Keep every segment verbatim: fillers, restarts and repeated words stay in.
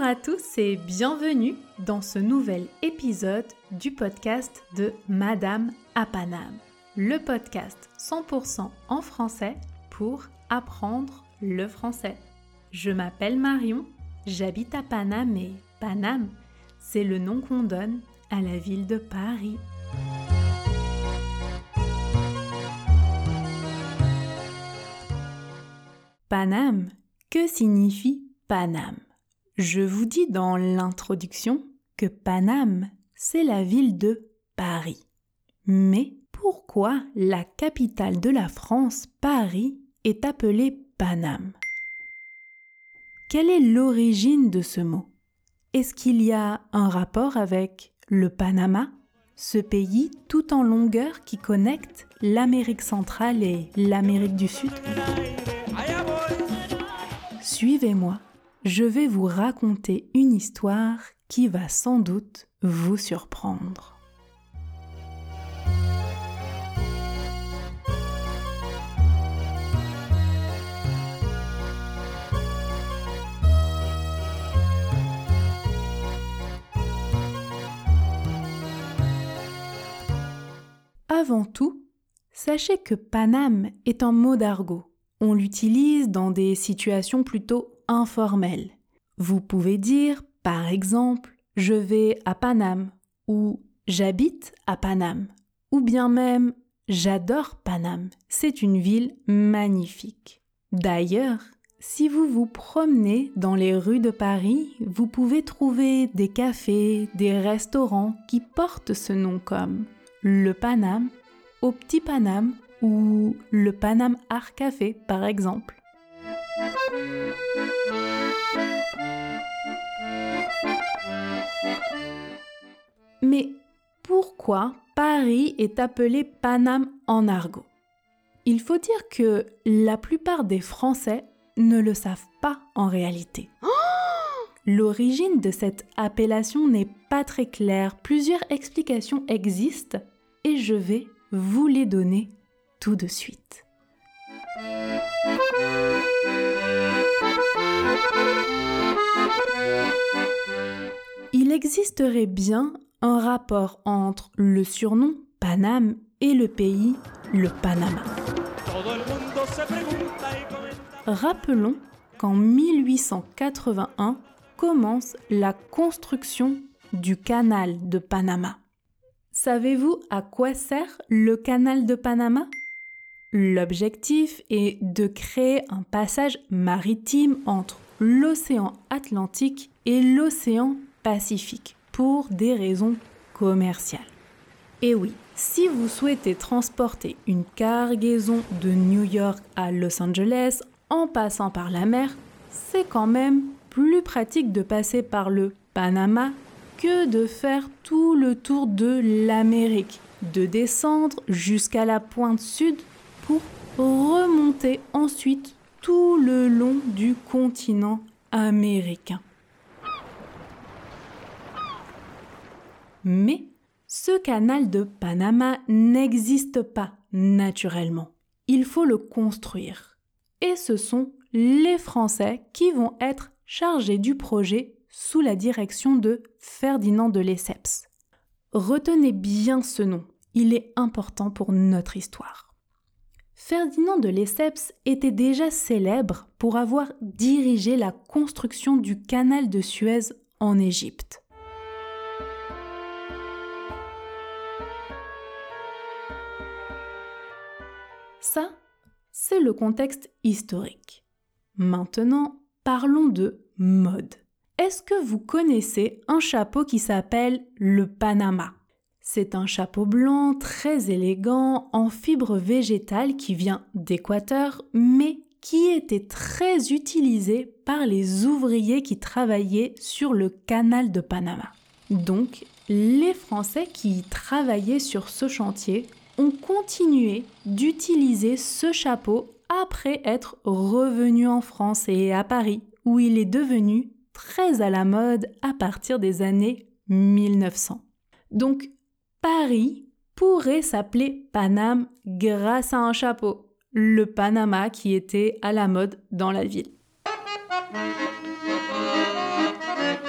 à tous et bienvenue dans ce nouvel épisode du podcast de Madame à Paname, le podcast cent pour cent en français pour apprendre le français. Je m'appelle Marion, j'habite à Paname et Paname, c'est le nom qu'on donne à la ville de Paris. Paname, que signifie Paname ? Je vous dis dans l'introduction que Paname, c'est la ville de Paris. Mais pourquoi la capitale de la France, Paris, est appelée Paname ? Quelle est l'origine de ce mot ? Est-ce qu'il y a un rapport avec le Panama, ce pays tout en longueur qui connecte l'Amérique centrale et l'Amérique du Sud ? Suivez-moi, je vais vous raconter une histoire qui va sans doute vous surprendre. Avant tout, sachez que Paname est un mot d'argot. On l'utilise dans des situations plutôt informelles. Vous pouvez dire, par exemple, « je vais à Paname » ou « j'habite à Paname » ou bien même « j'adore Paname, c'est une ville magnifique ». D'ailleurs, si vous vous promenez dans les rues de Paris, vous pouvez trouver des cafés, des restaurants qui portent ce nom comme le Paname, au Petit Paname ou le Paname Art Café par exemple. Mais pourquoi Paris est appelé Paname en argot ? Il faut dire que la plupart des Français ne le savent pas en réalité. L'origine de cette appellation n'est pas très claire, plusieurs explications existent et je vais vous les donner tout de suite. Il existerait bien un rapport entre le surnom Paname et le pays, le Panama. Rappelons qu'en mille huit cent quatre-vingt-un commence la construction du canal de Panama. Savez-vous à quoi sert le canal de Panama ? L'objectif est de créer un passage maritime entre l'océan Atlantique et l'océan Pacifique pour des raisons commerciales. Et oui, si vous souhaitez transporter une cargaison de New York à Los Angeles en passant par la mer, c'est quand même plus pratique de passer par le Panama que de faire tout le tour de l'Amérique, de descendre jusqu'à la pointe sud pour remonter ensuite tout le long du continent américain. Mais ce canal de Panama n'existe pas naturellement. Il faut le construire. Et ce sont les Français qui vont être chargés du projet sous la direction de Ferdinand de Lesseps. Retenez bien ce nom, il est important pour notre histoire. Ferdinand de Lesseps était déjà célèbre pour avoir dirigé la construction du canal de Suez en Égypte. Ça, c'est le contexte historique. Maintenant, parlons de mode. Est-ce que vous connaissez un chapeau qui s'appelle le Panama ? C'est un chapeau blanc très élégant en fibre végétale qui vient d'Équateur, mais qui était très utilisé par les ouvriers qui travaillaient sur le canal de Panama. Donc, les Français qui travaillaient sur ce chantier ont continué d'utiliser ce chapeau après être revenus en France et à Paris, où il est devenu très à la mode à partir des années mille neuf cents. Donc, Paris pourrait s'appeler Paname grâce à un chapeau, le Panama qui était à la mode dans la ville.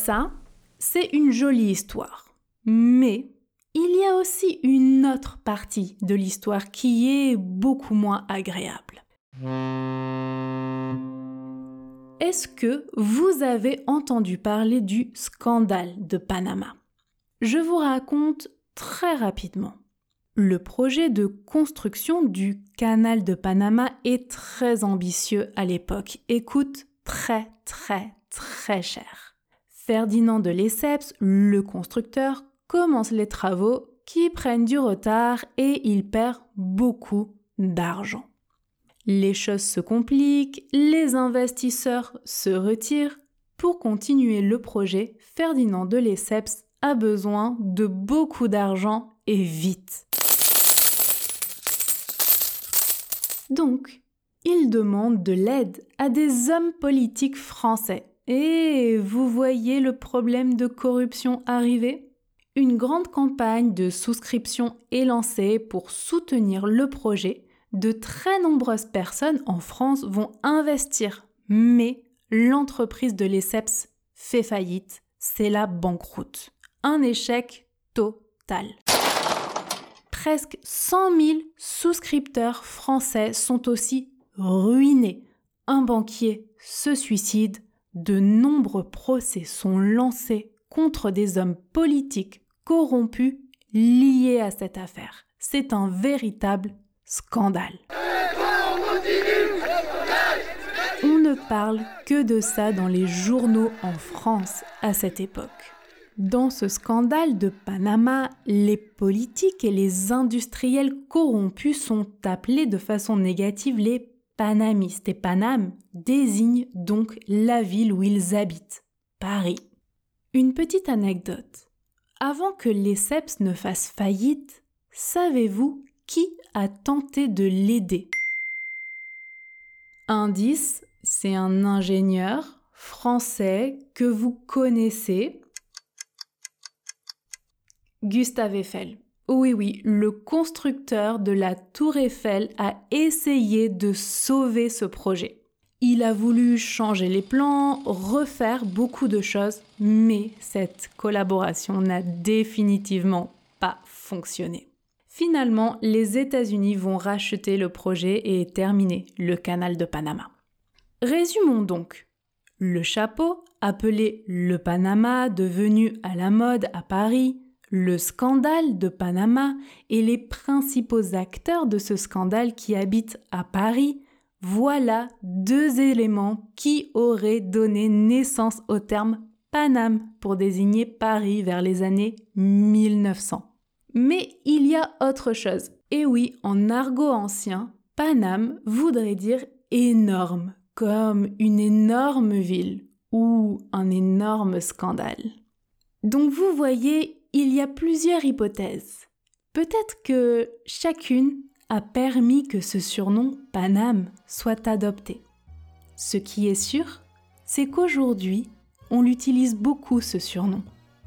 Ça, c'est une jolie histoire. Mais il y a aussi une autre partie de l'histoire qui est beaucoup moins agréable. Est-ce que vous avez entendu parler du scandale de Panama ? Je vous raconte très rapidement. Le projet de construction du canal de Panama est très ambitieux à l'époque et coûte très très très cher. Ferdinand de Lesseps, le constructeur, commence les travaux qui prennent du retard et il perd beaucoup d'argent. Les choses se compliquent, les investisseurs se retirent. Pour continuer le projet, Ferdinand de Lesseps a besoin de beaucoup d'argent et vite. Donc, il demande de l'aide à des hommes politiques français. Et vous voyez le problème de corruption arriver ? Une grande campagne de souscription est lancée pour soutenir le projet. De très nombreuses personnes en France vont investir, mais l'entreprise de Lesseps fait faillite, c'est la banqueroute. Un échec total. Presque cent mille souscripteurs français sont aussi ruinés. Un banquier se suicide, de nombreux procès sont lancés contre des hommes politiques corrompus liés à cette affaire. C'est un véritable scandale. On ne parle que de ça dans les journaux en France à cette époque. Dans ce scandale de Panama, les politiques et les industriels corrompus sont appelés de façon négative les panamistes. Et Paname désigne donc la ville où ils habitent, Paris. Une petite anecdote. Avant que Lesseps ne fasse faillite, savez-vous qui a tenté de l'aider ? Indice, c'est un ingénieur français que vous connaissez. Gustave Eiffel. Oui, oui, le constructeur de la Tour Eiffel a essayé de sauver ce projet. Il a voulu changer les plans, refaire beaucoup de choses, mais cette collaboration n'a définitivement pas fonctionné. Finalement, les États-Unis vont racheter le projet et terminer le canal de Panama. Résumons donc. Le chapeau, appelé le Panama, devenu à la mode à Paris, le scandale de Panama et les principaux acteurs de ce scandale qui habitent à Paris, voilà deux éléments qui auraient donné naissance au terme Paname pour désigner Paris vers les années mille neuf cents. Mais il y a autre chose. Et oui, en argot ancien, Paname voudrait dire énorme, comme une énorme ville ou un énorme scandale. Donc vous voyez, il y a plusieurs hypothèses. Peut-être que chacune a permis que ce surnom Paname soit adopté. Ce qui est sûr, c'est qu'aujourd'hui, on l'utilise beaucoup ce surnom.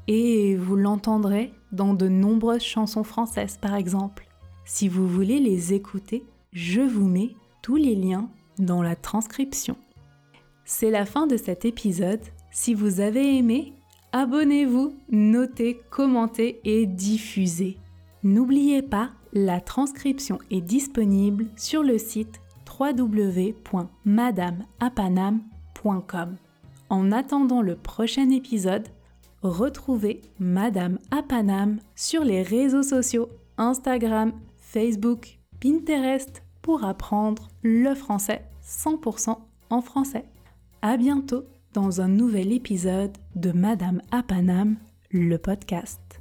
Et vous l'entendrez dans de nombreuses chansons françaises par exemple. Si vous voulez les écouter, je vous mets tous les liens dans la transcription. C'est la fin de cet épisode. Si vous avez aimé, abonnez-vous, notez, commentez et diffusez. N'oubliez pas, la transcription est disponible sur le site w w w point madame à paname point com. En attendant le prochain épisode, retrouvez Madame à Paname sur les réseaux sociaux Instagram, Facebook, Pinterest pour apprendre le français cent pour cent en français. À bientôt dans un nouvel épisode de Madame à Paname, le podcast.